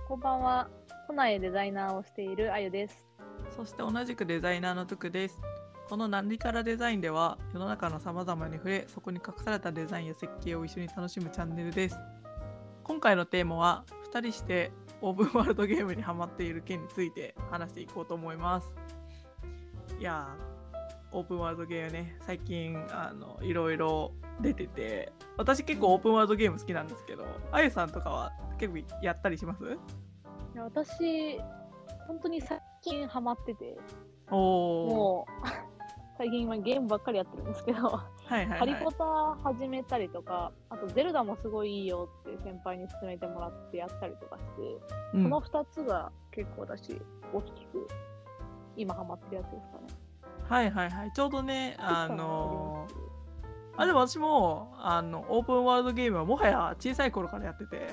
こんばんは。都内でデザイナーをしているあゆです。 そして同じくデザイナーのトゥクです。この何からデザインでは世の中の様々に触れ、そこに隠されたデザインや設計を一緒に楽しむチャンネルです。今回のテーマは2人してオープンワールドゲームにハマっている件について話していこうと思います。いやー、オープンワールドゲームね、最近いろいろ出てて、私結構オープンワールドゲーム好きなんですけど、あゆさんとかは結構やったりします？ いや私、本当に最近ハマってて、 おー。 もう最近ゲームばっかりやってるんですけど、 はいはいはい。 ハリポタ始めたりとか、あとゼルダもすごいいいよって先輩に勧めてもらってやったりとかして、 うんこの2つが結構私大きく今ハマってるやつですかね。 はいはいはい。ちょうどね、 でも私も、オープンワールドゲームはもはや小さい頃からやってて、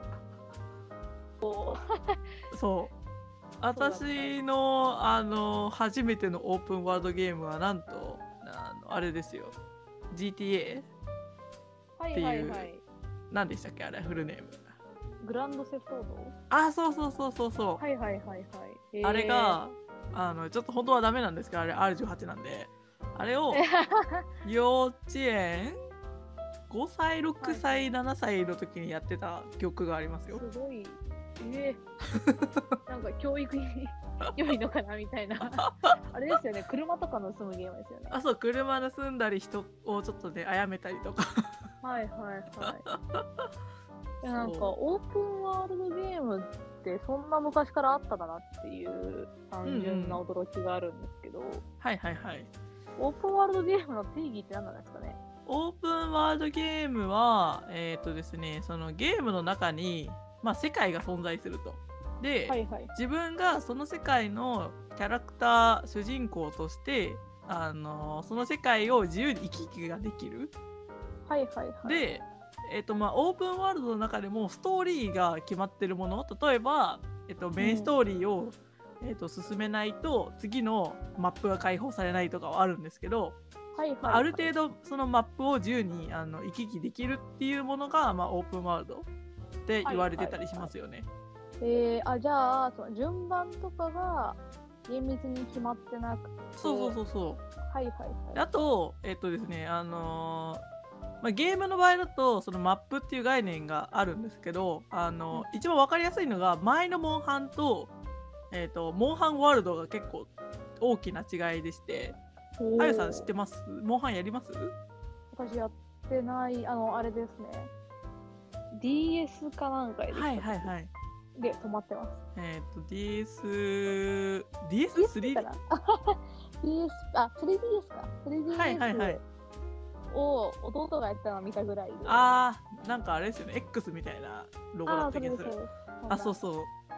そう。私の、初めてのオープンワールドゲームは、なんと、あれですよ。GTA っていう、 はいはいはい。 何でしたっけあれ、フルネーム。 グランドセフトオートあ、そうそうそうそうそう。 はいはいはいはい。 あれが、ちょっと本当はダメなんですけど、あれ R18 なんで、あれを幼稚園5歳、6歳、7歳の時にやってた記憶がありますよ。 すごい。なんか教育に良いのかなみたいな。あれですよね、車とか盗むゲームですよね。 あ、そう、車盗んだり人をちょっとね、殺めたりとか。 はいはいはい。なんかオープンワールドゲームってそんな昔からあったかなっていう単純な驚きがあるんですけど、 はいはいはい。 オープンワールドゲームの定義って何なんですかね？ オープンワールドゲームは、ですね、そのゲームの中に、世界が存在すると。で、 はいはい。 自分がその世界のキャラクター、主人公として、その世界を自由に行き来ができる。 はいはいはい。 で、オープンワールドの中でもストーリーが決まってるもの、例えば、メインストーリーを、進めないと次のマップが開放されないとかはあるんですけど、 はいはいはい、 ある程度そのマップを自由に行き来できるっていうものが、オープンワールドって言われてたりしますよね。 じゃあその順番とかが厳密に決まってなくて、 そうそうそうそう。 はいはいはい。 あとですねゲームの場合だとそのマップっていう概念があるんですけど、一番わかりやすいのが前のモンハンとモンハンワールドが結構大きな違いでして、あゆさん知ってます？モンハンやります？ 私やってない、あれですね。DS かなんかではいはいはい。 で止まってます。 DS3 かなDS、3DS か。 はいはいはい。 3DS を弟がやったのを見たぐらいで。 なんかあれですよね、 X みたいなロゴだった気がする。そうそう。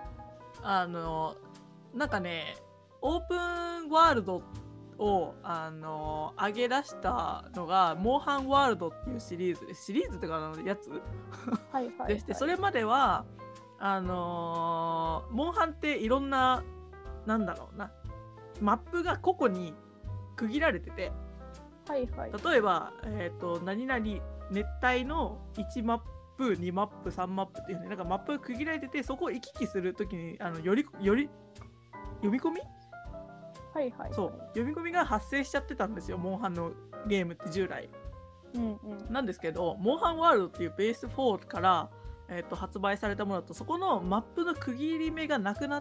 なんかね、オープンワールドを上げ出したのがモンハンワールドっていうシリーズで、シリーズってかやつはいはいはい、 でして、それまではモンハンっていろんな、なんだろうな、マップが個々に区切られてて、 はいはい、 例えば何々熱帯の1マップ2マップ3マップっていうね、なんかマップが区切られてて、そこを行き来するときにより読み込み、 はいはい、 そう読み込みが発生しちゃってたんですよ、モンハンのゲームって従来。なんですけど、モンハンワールドっていうベース4から、発売されたものだと、そこのマップの区切り目がなくなって、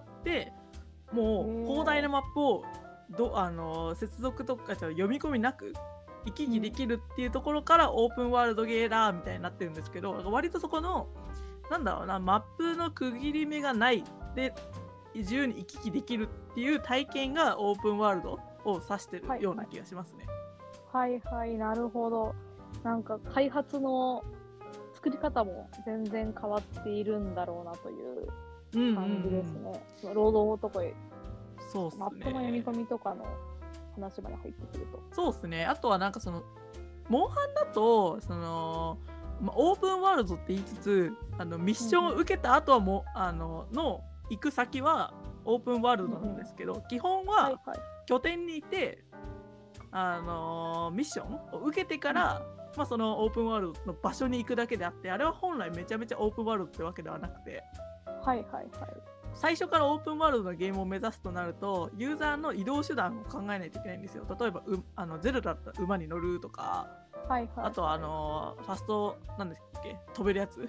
もう広大なマップを接続とか読み込みなく行き来できるっていうところからオープンワールドゲーだみたいになってるんですけど、割とそこのなんだろうな、マップの区切り目がないで自由に行き来できるっていう体験がオープンワールドを指してるような気がしますね。 はいはい、なるほど。なんか開発の作り方も全然変わっているんだろうなという感じですね。労働とかそうっすね、 マップの読み込みとかの話まで入ってくると。 そうっすね。あとはなんかそのモンハンだとその、オープンワールドって言いつつミッションを受けた後はもうの行く先はオープンワールドなんですけど、基本は拠点にいて、ミッションを受けてから、そのオープンワールドの場所に行くだけであって、あれは本来めちゃめちゃオープンワールドってわけではなくて、 はいはいはい。 最初からオープンワールドのゲームを目指すとなると、ユーザーの移動手段を考えないといけないんですよ。例えばゼルダだったら馬に乗るとか、 はいはいはい、 あとはファストなんですっけ、飛べるやつ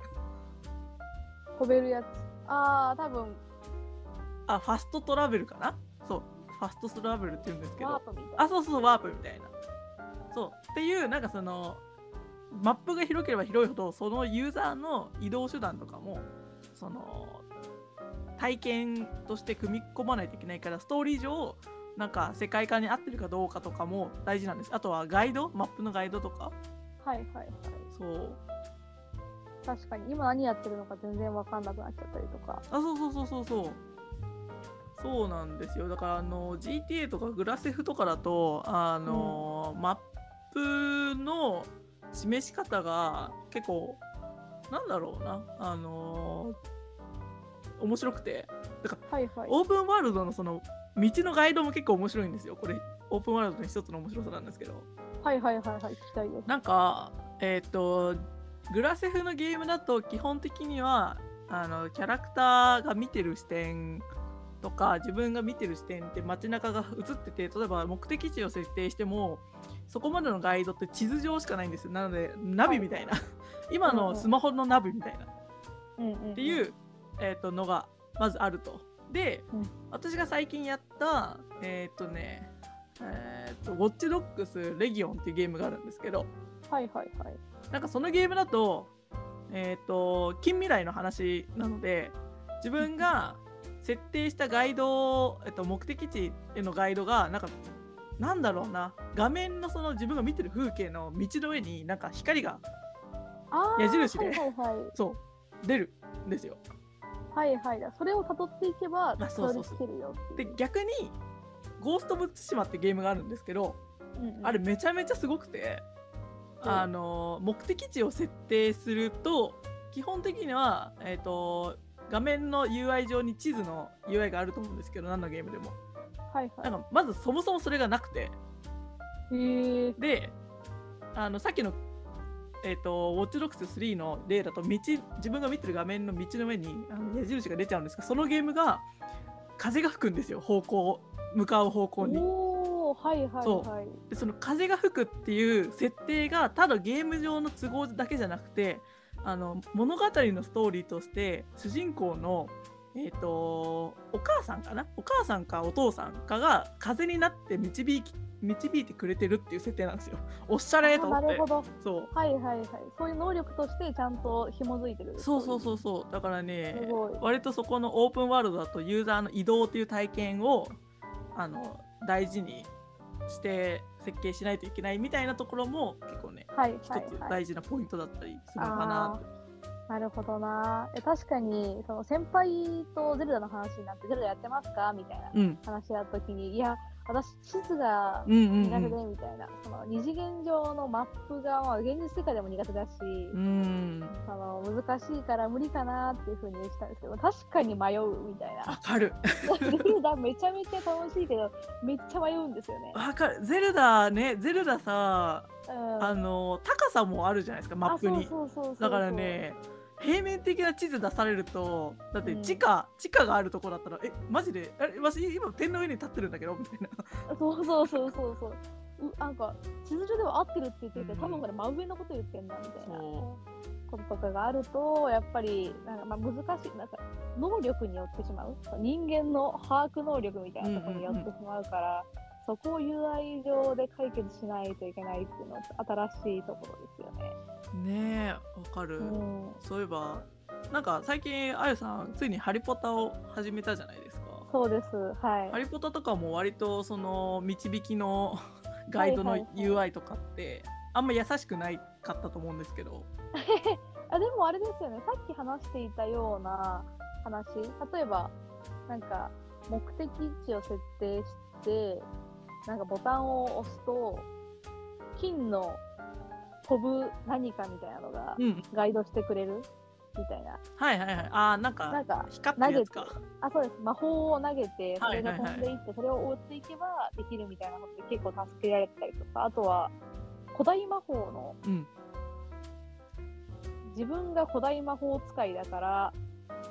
飛べるやつ、多分ファストトラベルかな。そう、ファストトラベルって言うんですけど、 ワープみたいな。 そうそう、ワープみたいな。そうっていう、なんかそのマップが広ければ広いほど、そのユーザーの移動手段とかもその体験として組み込まないといけないから、ストーリー上なんか世界観に合ってるかどうかとかも大事なんです。あとはガイド、マップのガイドとか。 はいはいはい。 そう。 確かに今何やってるのか全然分かんなくなっちゃったりとか。 そうなんですよ。だからGTA とかグラセフとかだとマップの示し方が結構なんだろうな面白くて、だから、はいはい、オープンワールドのその道のガイドも結構面白いんですよ。これオープンワールドの一つの面白さなんですけど。 はいはいはいはい、聞きたいです。 なんかグラセフのゲームだと基本的にはキャラクターが見てる視点とか自分が見てる視点って街中が映ってて、例えば目的地を設定してもそこまでのガイドって地図上しかないんですよ。なのでナビみたいな、はい、今のスマホのナビみたいな、っていうのがまずあると。で、私が最近やったウォッチドッグスレギオンっていうゲームがあるんですけど、 はいはいはい、 なんかそのゲームだと近未来の話なので、自分が設定したガイド、目的地へのガイドがなんだろうな、画面のその自分が見てる風景の道の上になんか光が矢印で、はいはいはい、そう出るんですよ。 はいはい、それを辿っていけばたどり着けるよっていう。 で逆にゴースト・オブ・ツシマってゲームがあるんですけど、あれめちゃめちゃすごくて、目的地を設定すると基本的には画面の UI 上に地図の UI があると思うんですけど、何のゲームでも、はいはい、なんかまずそもそもそれがなくて、でさっきのウォッチドックス3の例だと自分が見てる画面の道の上に矢印が出ちゃうんですが、そのゲームが風が吹くんですよ、向かう方向に。 はいはいはい、 そうでその風が吹くっていう設定がただゲーム上の都合だけじゃなくて、物語のストーリーとして主人公のお母さんかお父さんかが風になって導いてくれてるっていう設定なんですよ。おっしゃれと思って。なるほど。そうはいはいはい、そういう能力としてちゃんと紐づいてる。 そうだからね、割とそこのオープンワールドだとユーザーの移動っていう体験を大事にして設計しないといけないみたいなところも結構ね、一つ大事なポイントだったりするのかなと。 なるほどな。確かにその先輩とゼルダの話になってゼルダやってますかみたいな話やった時に、いや私地図が苦手でみたいな、その二次元上のマップが現実世界でも苦手だし、難しいから無理かなっていう風に言ってたんですけど、確かに迷うみたいな。 わかる。 ゼルダめちゃめちゃ楽しいけどめっちゃ迷うんですよね。 わかる。ゼルダさ、高さもあるじゃないですか、マップに。だからね、平面的な地図出されると、だって地下があるとこだったら、マジで私今天の上に立ってるんだけどみたいな。 そうなんか地図上では合ってるって言ってるけど、多分これ真上のこと言ってんだみたいなこととかがあると、やっぱりなんか難しい、なんか能力によってしまう、人間の把握能力みたいなところによってしまうから、そこを UI 上で解決しないといけないっていうのは新しいところですよね。 ねえ、わかる。そういえばなんか最近あゆさんついにハリポタを始めたじゃないですか。 そうです、はい。 ハリポタとかも割とその導きのガイドの UI とかってあんま優しくないかったと思うんですけどでもあれですよね、さっき話していたような話、例えばなんか目的地を設定してなんかボタンを押すと金の飛ぶ何かみたいなのがガイドしてくれるみたいな。 はいはいはい。なんか光ってるやつか。 そうです。魔法を投げてそれが飛んでいって、それを追っていけばできるみたいなことで結構助けられたりとか、あとは古代魔法の、自分が古代魔法使いだから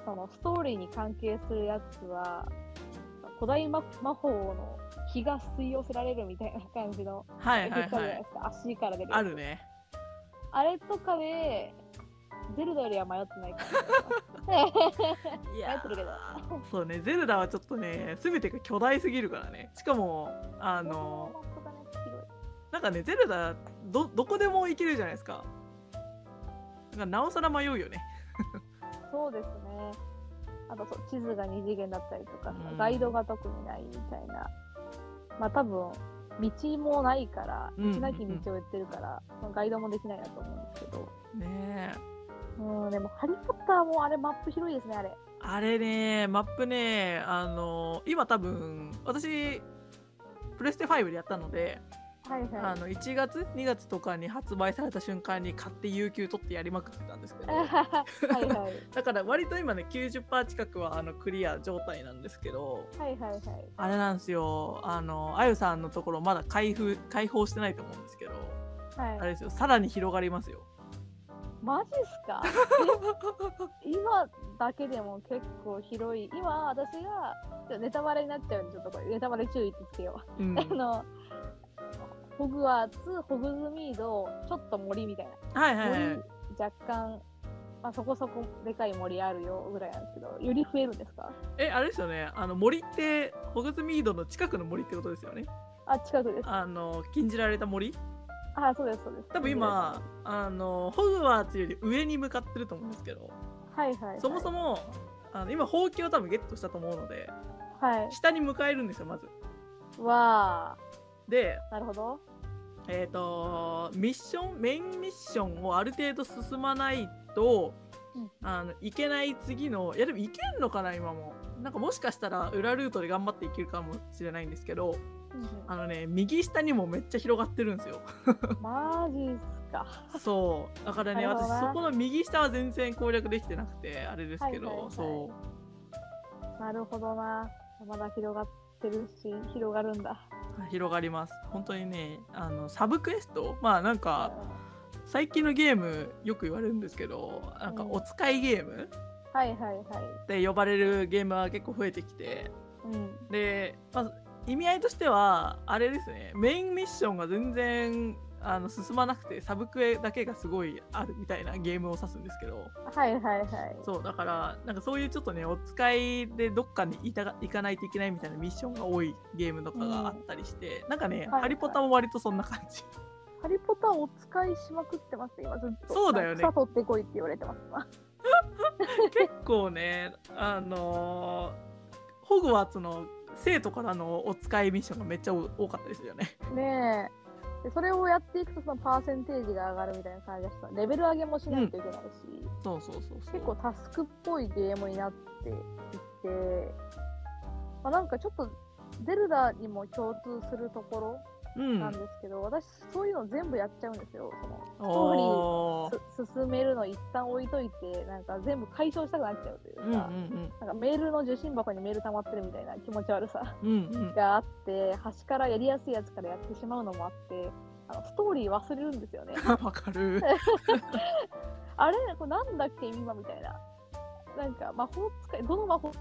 そのストーリーに関係するやつは古代魔法の気が吸い寄せられるみたいな感じのはいはいエフェクトあるじゃなはいい。 ですか、足から出るやつ。 あるね。 あれとかでゼルダよりは迷ってないかもしれない。 いや迷ってるけど。 そうね、ゼルダはちょっとね、全てが巨大すぎるからね。しかもマップがね、広い。 なんかね、ゼルダどこでも行けるじゃないですか。なんかなおさら迷うよね。 そうですね。あとそう地図が2次元だったりとか、 うんガイドが特にないみたいな。まあ多分道もないから道なき道を言ってるから、そのガイドもできないなと思うんですけど。 ねえ。 でもハリー・ポッターもあれマップ広いですね、あれ。 あれね、マップね、今多分、私、プレステ5でやったので、 はいはい。 1月、2月とかに発売された瞬間に買って有給取ってやりまくってたんですけど、 はいはい。 だから割と今ね、90% 近くはクリア状態なんですけど、 はいはいはい。 あれなんですよ、あゆさんのところまだ開放してないと思うんですけど、 はい、 あれですよ、さらに広がりますよ。 マジっすか？今だけでも結構広い。今私がちょっとネタバレになっちゃうんで、ちょっとこれネタバレ注意ってつけよう。 うん、 ホグワーツ、ホグズミード、ちょっと森みたいな。 はいはいはい。 森若干、まあ、そこそこでかい森あるよぐらいなんですけど、より増えるんですか？ あれですよね、森ってホグズミードの近くの森ってことですよね。 あ、近くです。 禁じられた森。 あ、そうですそうです。 多分今ホグワーツより上に向かってると思うんですけど、 はいはい、はい、 そもそも今ほうきを多分ゲットしたと思うので、 はい、 下に迎えるんですよまず。 わーで、 なるほど。 メインミッションをある程度進まないと、いけない次の、いやでもいけんのかな今も。なんかもしかしたら裏ルートで頑張っていけるかもしれないんですけど、右下にもめっちゃ広がってるんですよ。 マジっすか。 そうだからね、私そこの右下は全然攻略できてなくてあれですけど、はいはいはい、 そうなるほどな。まだ広がってるし広がるんだ。 広がります本当にね。サブクエスト、まあなんか最近のゲームよく言われるんですけど、なんかお使いゲーム、 はいはいはい。 って呼ばれるゲームは結構増えてきて、で、まず意味合いとしてはあれですね、メインミッションが全然進まなくてサブクエだけがすごいあるみたいなゲームを指すんですけど、 はいはいはい。 そうだからなんかそういうちょっとね、お使いでどっかに行かないといけないみたいなミッションが多いゲームとかがあったりして、なんかね、ハリポタも割とそんな感じ。 ハリポタお使いしまくってます今ずっと。 そうだよね。 草取ってこいって言われてます結構ね、ホグワーツの生徒からのお使いミッションがめっちゃ多かったですよね。 ねえ。でそれをやっていくとそのパーセンテージが上がるみたいな感じでした。レベル上げもしないといけないし、 そう結構タスクっぽいゲームになっていて、まあ、なんかちょっとゼルダにも共通するところなんですけど、私そういうの全部やっちゃうんですよ。そのストーリー進めるの一旦置いといて、なんか全部解消したくなっちゃうというか、なんかメールの受信箱にメール溜まってるみたいな気持ち悪さがあって、端からやりやすいやつからやってしまうのもあって、ストーリー忘れるんですよね。 わかる。 あれこれなんだっけ今みたいな。なんか魔法使い、どの魔法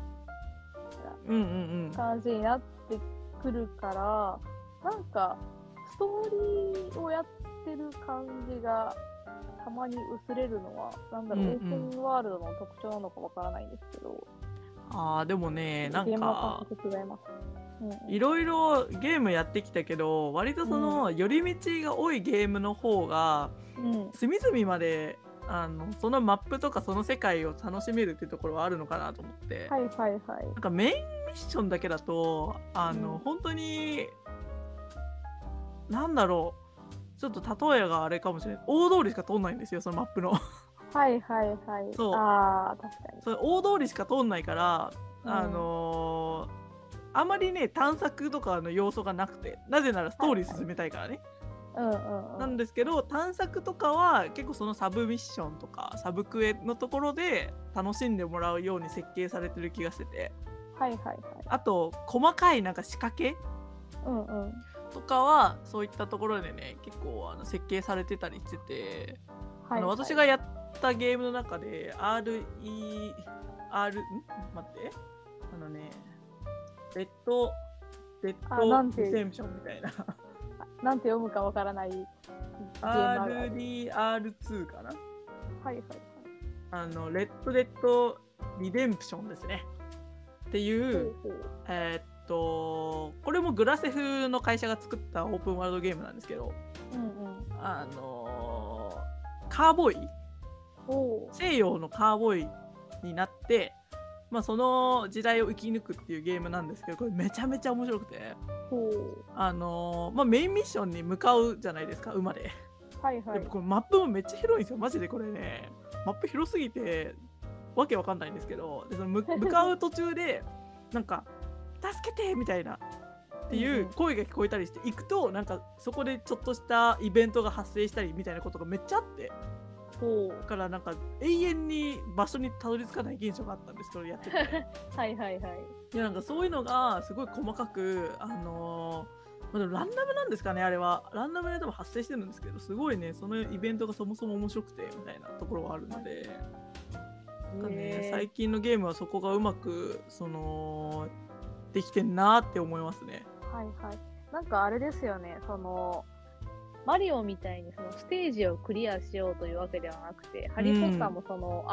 感じになってくるから、なんかストーリーをやってる感じがたまに薄れるのはなんだろう、オープンワールドの特徴なのかわからないんですけど、 でもね、なんかいろいろゲームやってきたけど、割とその寄り道が多いゲームの方が、隅々までそのマップとかその世界を楽しめるっていうところはあるのかなと思って、なんかメインミッションだけだと本当になんだろう、ちょっと例えがあれかもしれない、大通りしか通んないんですよそのマップの。 はいそう、 確かにそれ大通りしか通んないから、あまりね探索とかの要素がなくて、なぜならストーリー進めたいからね、なんですけど、探索とかは結構そのサブミッションとかサブクエのところで楽しんでもらうように設計されてる気がしてて、あと細かいなんか仕掛け、とかはそういったところでね結構設計されてたりしてて、 私がやったゲームの中で 待ってレッドリセンプションみたいななんて読むかわからないゲーム RDR2 かな。 はいはいはい。レッドリデンプションですねっていうこれもグラセフの会社が作ったオープンワールドゲームなんですけど、カーボーイ、西洋のカーボーイになって、その時代を生き抜くっていうゲームなんですけど、これめちゃめちゃ面白くて、メインミッションに向かうじゃないですか、馬で。 はいはい。 でこれマップもめっちゃ広いんですよ、マジで。これね、マップ広すぎてわけわかんないんですけど、でその向かう途中でなんか助けてみたいなっていう声が聞こえたりして行くと、なんかそこでちょっとしたイベントが発生したりみたいなことがめっちゃあって、だからなんか永遠に場所にたどり着かない現象があったんです、これやっててはいはいはい。 いやなんかそういうのがすごい細かくでもランダムなんですかね、あれはランダムで多分発生してるんですけど、すごいねそのイベントがそもそも面白くてみたいなところがあるので、なんかね最近のゲームはそこがうまくできてんなって思いますね。 はいはい。なんかあれですよね、マリオみたいにそのステージをクリアしようというわけではなくて、ハリー・ポッターもその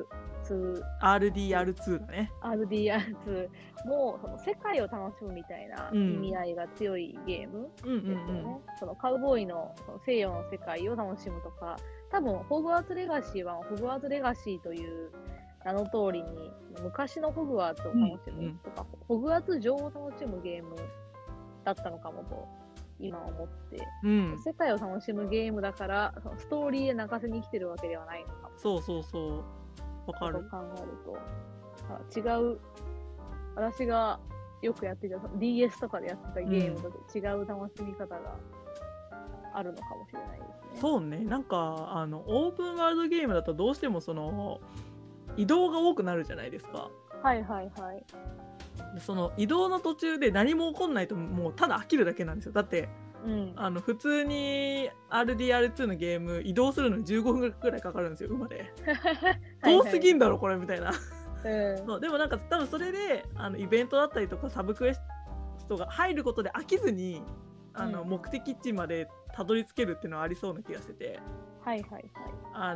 RDR2 だね。 RDR2 もその世界を楽しむみたいな意味合いが強いゲームですよね。そのカウボーイのその西洋の世界を楽しむとか、多分ホグワーツレガシーはホグワーツレガシーという名の通りに昔のホグワーツを楽しむとか、ホグワーツ城を楽しむゲームだったのかもと今思って、世界を楽しむゲームだからそのストーリーで泣かせに来てるわけではないのかも。 そうわかる。 考えると違う、私がよくやってた DS とかでやってたゲームと違う楽しみ方があるのかもしれないですね。 そうね、なんかオープンワールドゲームだとどうしてもその移動が多くなるじゃないですか。 はいはいはい。 その移動の途中で何も起こんないともうただ飽きるだけなんですよ。だって、普通に RDR2 のゲーム移動するのに15分ぐらいかかるんですよ、馬で遠すぎんだろこれみたいなそうでもなんか多分それでイベントだったりとかサブクエストが入ることで飽きずに目的地までたどり着けるっていうのはありそうな気がしてて、 はいはいはい。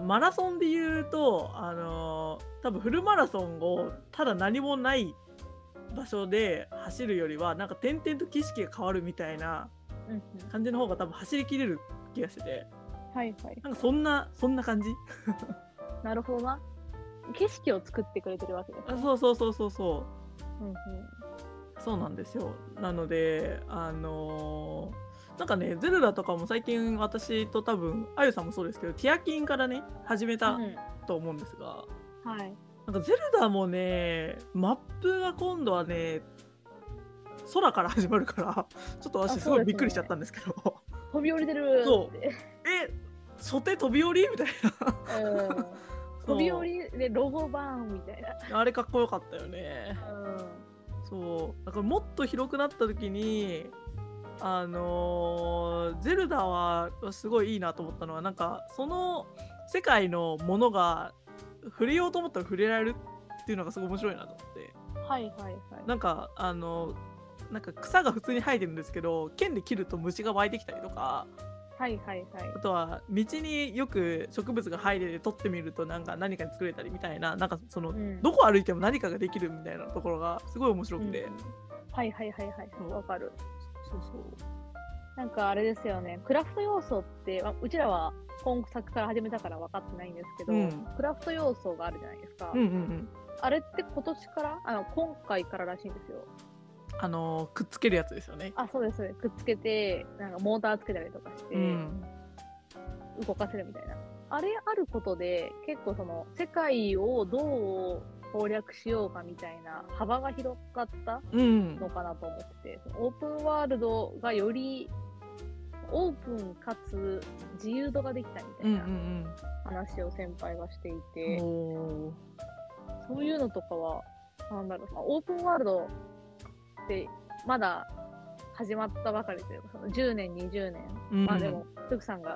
マラソンで言うと多分フルマラソンをただ何もない場所で走るよりはなんか点々と景色が変わるみたいな感じの方が多分走りきれる気がしてて、 はいはい。 なんかそんな感じなるほどな。景色を作ってくれてるわけですね。 そう、そうなんですよ。なのでなんかねゼルダとかも最近私と多分あゆさんもそうですけどティアキンからね始めたと思うんですが、 はい。 なんかゼルダもねマップが今度はね空から始まるからちょっと私すごいびっくりしちゃったんですけど、 飛び降りてるって。 そう初手飛び降りみたいな飛び降りでロゴバーンみたいな。 あれかっこよかったよね。そうだからもっと広くなった時にゼルダはすごいいいなと思ったのはなんかその世界のものが触れようと思ったら触れられるっていうのがすごい面白いなと思って。 はいはいはい。 なんかなんか草が普通に生えてるんですけど剣で切ると虫が湧いてきたりとか、 はいはいはい。 あとは道によく植物が生えてて取ってみると何かに作れたりみたいな、なんかその、どこ歩いても何かができるみたいなところがすごい面白くて、 はいはいはいはいわかる。そうなんかあれですよね、クラフト要素って、うちらは今作から始めたから分かってないんですけど、クラフト要素があるじゃないですか。あれって今年から今回かららしいんですよ。 くっつけるやつですよね。 そうです。くっつけてなんかモーターつけたりとかして、動かせるみたいな。あれあることで結構その世界をどう攻略しようかみたいな幅が広がったのかなと思ってて、オープンワールドがよりオープンかつ自由度ができたみたいな話を先輩がしていて、そういうのとかはなんだろう、オープンワールドってまだ始まったばかりというか、その10年20年、でもトゥクさんが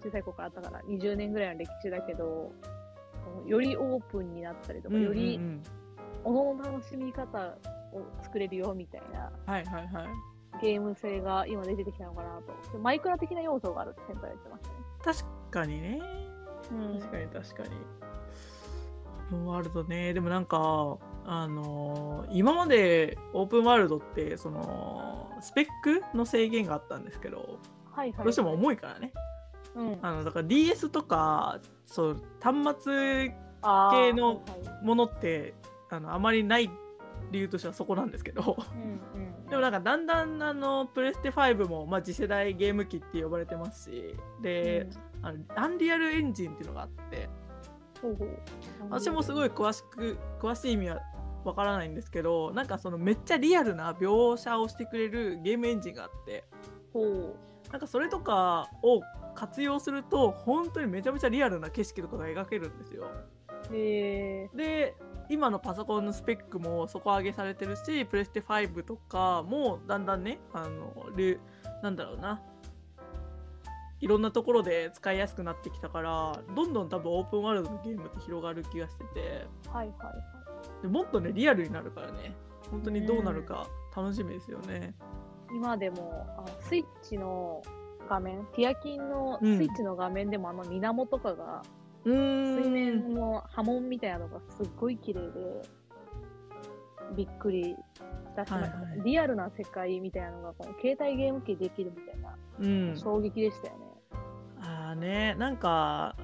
小さい子からあったから20年ぐらいの歴史だけど、よりオープンになったりとか、よりおの楽しみ方を作れるよみたいな、 はいはいはい、 ゲーム性が今出てきたのかなと。マイクラ的な要素があるって先輩言ってましたね。 確かにね、確かに確かに。オープンワールドね。でもなんか今までオープンワールドってそのスペックの制限があったんですけど、 はいはいはい、 どうしても重いからね。だから DS とかそう端末系のものって、あまりない理由としてはそこなんですけど、でもなんかだんだんプレステ5も、まあ、次世代ゲーム機って呼ばれてますし、で、アンリアルエンジンっていうのがあって、私もすごい詳しい意味はわからないんですけど、なんかそのめっちゃリアルな描写をしてくれるゲームエンジンがあって、なんかそれとかを活用すると本当にめちゃめちゃリアルな景色とかが描けるんですよ。で今のパソコンのスペックも底上げされてるし、プレステ5とかもだんだんね、なんだろうな、いろんなところで使いやすくなってきたから、どんどん多分オープンワールドのゲームって広がる気がしてて、でもっとねリアルになるからね、本当にどうなるか楽しみですよね。 今でもスイッチの画面、ティアキンのスイッチの画面でも水面とかが、水面の波紋みたいなのがすっごい綺麗でびっくりしたし、リアルな世界みたいなのがこの携帯ゲーム機できるみたいな、衝撃でしたよね。 なんか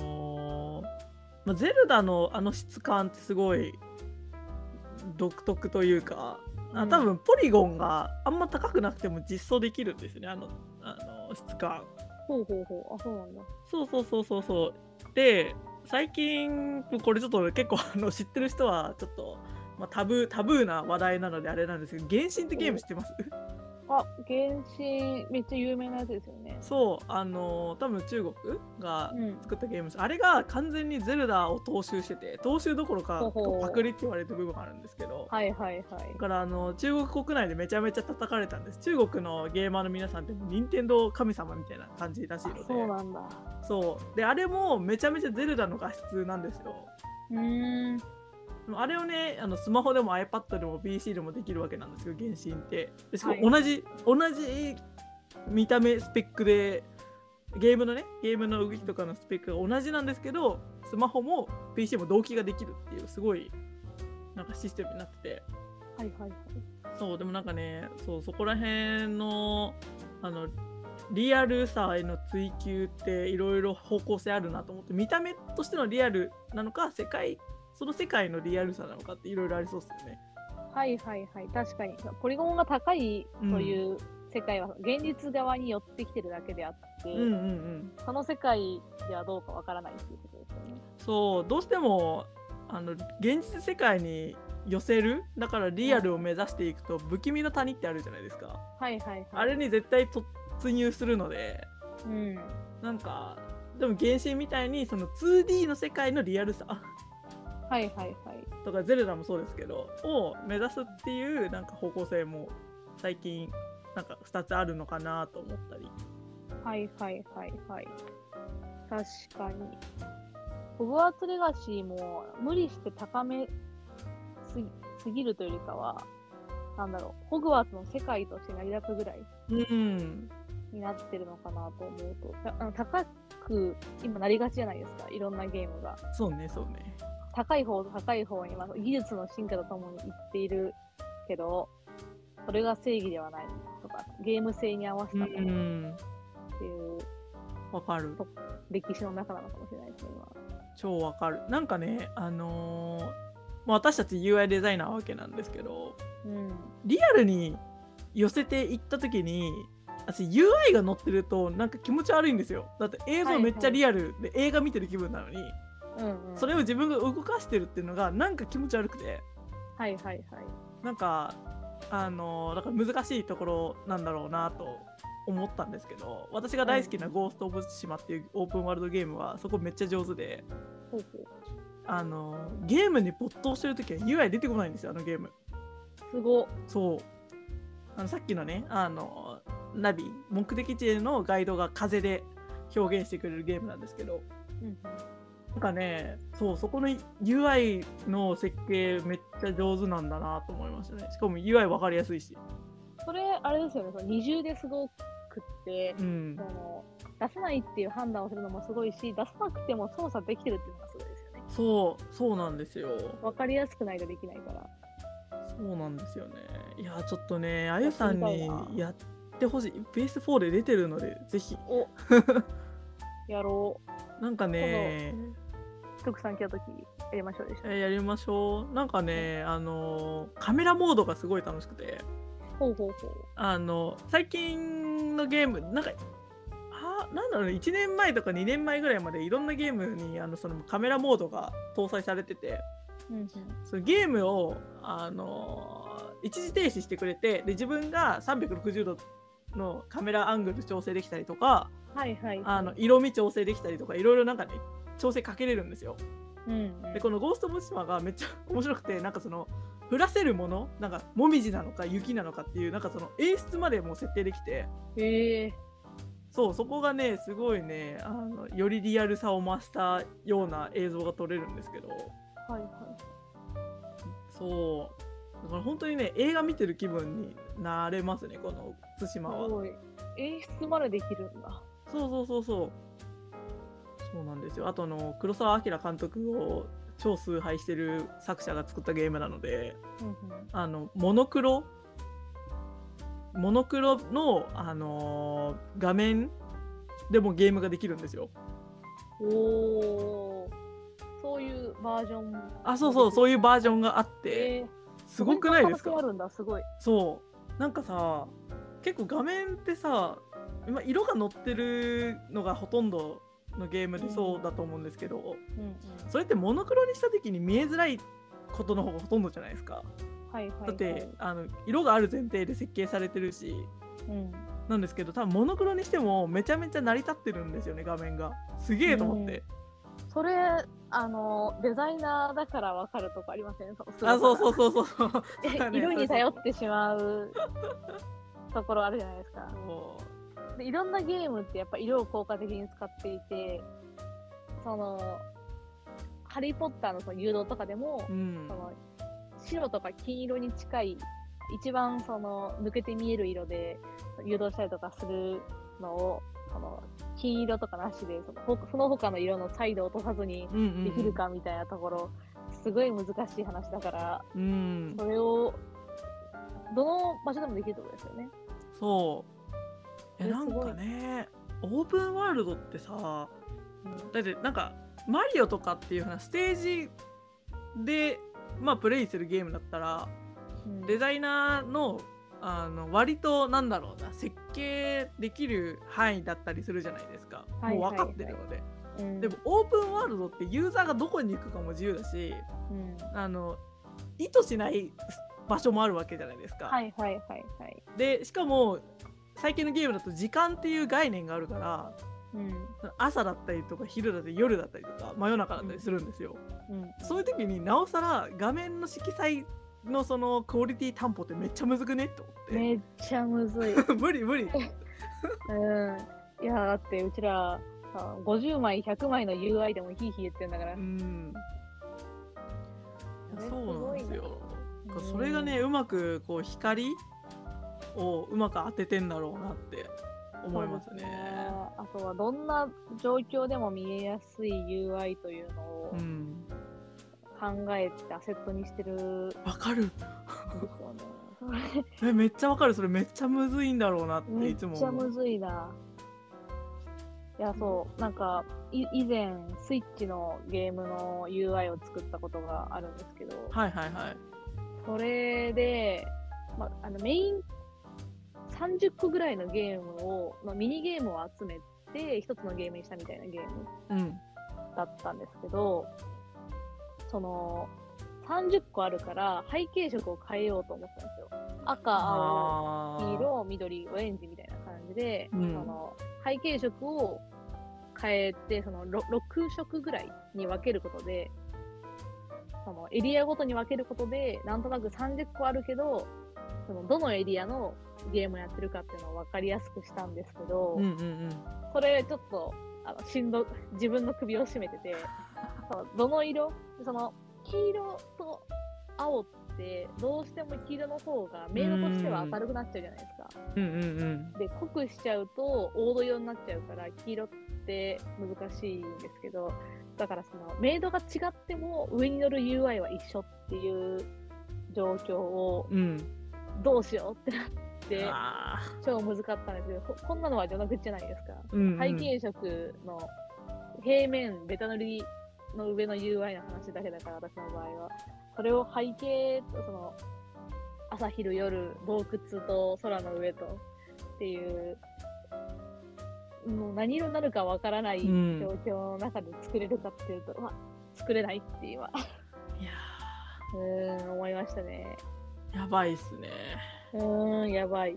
ゼルダの質感ってすごい独特というか、多分ポリゴンがあんま高くなくても実装できるんですよね、質感。 そうなんだ。 そうで、最近これちょっと結構知ってる人はちょっと、タブーな話題なのであれなんですけど、原神ってゲーム知ってます？ 原神めっちゃ有名なやつですよね。 そう、多分中国が作ったゲームです。あれが完全にゼルダを踏襲してて、踏襲どころかパクリって言われてる部分があるんですけど、だから中国国内でめちゃめちゃ叩かれたんです。中国のゲーマーの皆さんって任天堂神様みたいな感じらしいので。 そうなんだ。 そうで、あれもめちゃめちゃゼルダの画質なんですよ。あれをね、スマホでも iPad でも PC でもできるわけなんですよ、原神って。しかも同じ見た目スペックで、ゲームの動きとかのスペックが同じなんですけど、スマホも PC も同期ができるっていうすごいなんかシステムになってて、そうでもなんかね、そこら辺のリアルさへの追求っていろいろ方向性あるなと思って、見た目としてのリアルなのか、その世界のリアルさなのかっていろいろありそうですよね。 確かにポリゴンが高いという世界は現実側に寄ってきてるだけであって、その世界ではどうかわからないっていうことですよね。 そう、どうしても現実世界に寄せる、だからリアルを目指していくと、不気味の谷ってあるじゃないですか。あれに絶対突入するので、なんかでも原神みたいにその 2D の世界のリアルさとか、ゼルダもそうですけどを目指すっていうなんか方向性も最近なんか2つあるのかなと思ったり。 確かにホグワーツレガシーも無理して高めすぎるというよりかは、なんだろう、ホグワーツの世界として成り立つぐらいになってるのかなと思うと、高く今なりがちじゃないですか、いろんなゲームが。 そうね高い方に技術の進化とともにいっているけど、それが正義ではないとか、ゲーム性に合わせたものっていうわかる歴史の中なのかもしれないですね、今。 超わかる。なんかね、私たち UI デザイナーなわけなんですけど、リアルに寄せていった時に、私 UI が載ってるとなんか気持ち悪いんですよ。だって映像めっちゃリアルで映画見てる気分なのに、それを自分が動かしてるっていうのがなんか気持ち悪くて、なんかだから難しいところなんだろうなと思ったんですけど、私が大好きなゴースト・オブ・ツシマっていうオープンワールドゲームはそこめっちゃ上手で、ゲームに没頭してるときは UI 出てこないんですよ、ゲーム。 すごっ。 そうさっきのねナビ目的地へのガイドが風で表現してくれるゲームなんですけど、 うん、 なんかね、そこの UI の設計めっちゃ上手なんだなと思いましたね。しかも UI 分かりやすいし。 それあれですよね、その二重ですごくって、その出せないっていう判断をするのもすごいし、出さなくても操作できてるっていうのがすごいですよね。 そうなんですよ。 分かりやすくないとできないから。 そうなんですよね。いやちょっとね、あゆさんにやってほしい。PS4 で出てるのでぜひやろう。なんかね、 徳さん来た時やりましょうでしょ。 やりましょう。なんかね、カメラモードがすごい楽しくて、最近のゲームなんかなんだろうね、1年前とか2年前ぐらいまでいろんなゲームにそのカメラモードが搭載されてて、そのゲームを一時停止してくれて、で自分が360度のカメラアングル調整できたりとか、色味調整できたりとか、いろいろなんかね調整かけれるんですよ。でこのゴースト・オブ・ツシマがめっちゃ面白くて、なんかその降らせるもの、なんかもみじなのか雪なのかっていう、なんかその演出までもう設定できて、そこがねすごいね、よりリアルさを増したような映像が撮れるんですけど、そうだから本当にね、映画見てる気分になれますね、この対馬は。すごい演出までできるんだ。 そうなんですよ。あと黒澤明監督を超崇拝してる作者が作ったゲームなので、モノクロの、画面でもゲームができるんですよ。 そういうバージョン。 そういうバージョンがあって、すごくないですか？なんかさ、結構画面ってさ、色が乗ってるのがほとんどのゲームでそうだと思うんですけど、それってモノクロにした時に見えづらいことの方がほとんどじゃないですか。だって色がある前提で設計されてるし、なんですけど、多分モノクロにしてもめちゃめちゃ成り立ってるんですよね、画面が。すげえと思って。 それデザイナーだから分かるとこありません？ そう色に頼ってしまうところあるじゃないですか。でいろんなゲームってやっぱ色を効果的に使っていて、そのハリー・ポッターのその誘導とかでも、その白とか金色に近い一番その抜けて見える色で誘導したりとかするのを、その金色とかなしでその他の色のサイドを落とさずにできるかみたいなところ、すごい難しい話だから、それをどの場所でもできるってことですよね。 なんかね、オープンワールドってさ、だってなんかマリオとかっていう風なステージでプレイするゲームだったら、デザイナーの割となんだろうな、設計できる範囲だったりするじゃないですか。もう分かってるので。でもオープンワールドってユーザーがどこに行くかも自由だし、意図しない場所もあるわけじゃないですか。でしかも最近のゲームだと時間っていう概念があるから、朝だったりとか昼だったり夜だったりとか真夜中だったりするんですよ。そういう時になおさら画面の色彩のそのクオリティ担保ってめっちゃむずくねって思って。 めっちゃむずい。 無理いやだってうちら50枚100枚の UI でもヒーヒー言ってんだから。 そうなんですよ。それがね、うまくこう光をうまく当ててんだろうなって思いますね。 あとはどんな状況でも見えやすい UI というのを考えてアセットにしてる。 わかる。めっちゃわかる。それめっちゃむずいんだろうなっていつも思う。 めっちゃむずいな。いやなんか以前スイッチのゲームの UI を作ったことがあるんですけど、それで、メイン30個ぐらいのゲームを、ミニゲームを集めて一つのゲームにしたみたいなゲームだったんですけど、その30個あるから背景色を変えようと思ったんですよ。赤、青、黄色、緑、オレンジみたいな感じで、その背景色を変えて、その 6色ぐらいに分けることで、そのエリアごとに分けることで、なんとなく30個あるけど、そのどのエリアのゲームをやってるかっていうのを分かりやすくしたんですけど、 うんうんうん、 それちょっと自分の首を絞めてて、どの色、その黄色と青ってどうしても黄色の方が明度としては明るくなっちゃうじゃないですか。 うんうんうん、 で濃くしちゃうと黄土色になっちゃうから黄色って難しいんですけど、だからその明度が違っても上に乗る UI は一緒っていう状況をどうしようってなって超難かったんですけど、こんなのは序の口じゃないですか。背景色の平面ベタ塗りの上の UI の話だけだから、私の場合はそれを背景とその朝昼夜洞窟と空の上とっていうもう何色になるかわからない状況の中で作れるかっていうと、作れないって今いや思いましたね。 やばいっすね。 やばい。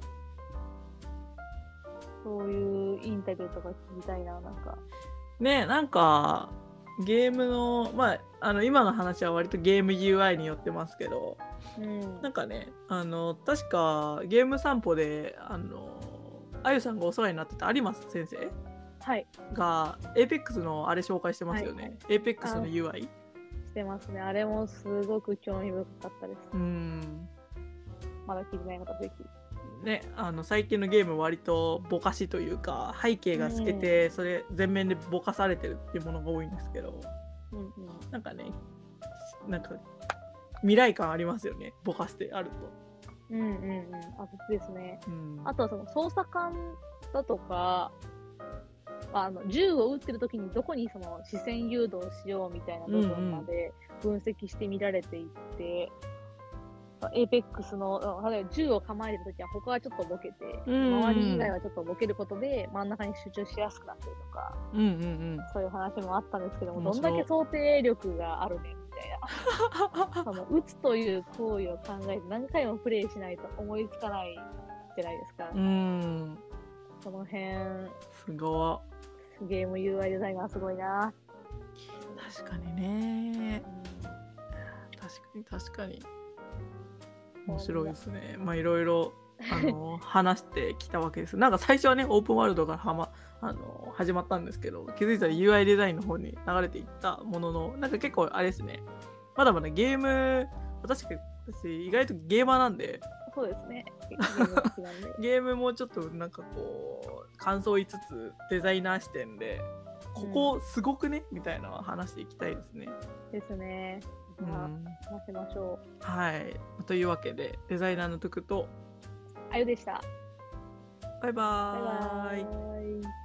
そういうインタビューとか聞きたいな、なんか。 ね、なんかゲームの今の話は割とゲーム UI によってますけど、なんかね確かゲーム散歩であゆさんがお世話になってた有馬先生、 はい、 が APEX のあれ紹介してますよね。はいはい、APEX の UI してますね。あれもすごく興味深かったです。まだ聞いてない方ぜひ。 ね、最近のゲーム割とぼかしというか背景が透けてそれ全面でぼかされてるっていうものが多いんですけど、なんかね、なんか未来感ありますよね、ぼかしてあると。 あとですね、あとはその操作感だとか銃を撃ってる時にどこにその視線誘導しようみたいな部分まで分析して見られていって、APEX の例えば銃を構えてる時は他はちょっとボケて、周り以外はちょっとボケることで真ん中に集中しやすくなってるとか、そういう話もあったんですけども、どんだけ想定力があるねんみたいなその撃つという行為を考えて何回もプレイしないと思いつかないじゃないですか。その辺すごいゲーム UI デザイナーすごいな。 確かにね、確かに面白いですね。いろいろ話してきたわけです。なんか最初はねオープンワールドから始まったんですけど、気づいたら UI デザインの方に流れていったものの、なんか結構あれですね、まだまだゲーム、私意外とゲーマーなんで、 そうですね、 ゲームもちょっとなんかこう感想言いつつデザイナー視点でここすごくね、みたいな話していきたいですね。 ですね。話しましょう。はい。というわけでデザイナーのトゥクとあゆでした。 バイバーイ。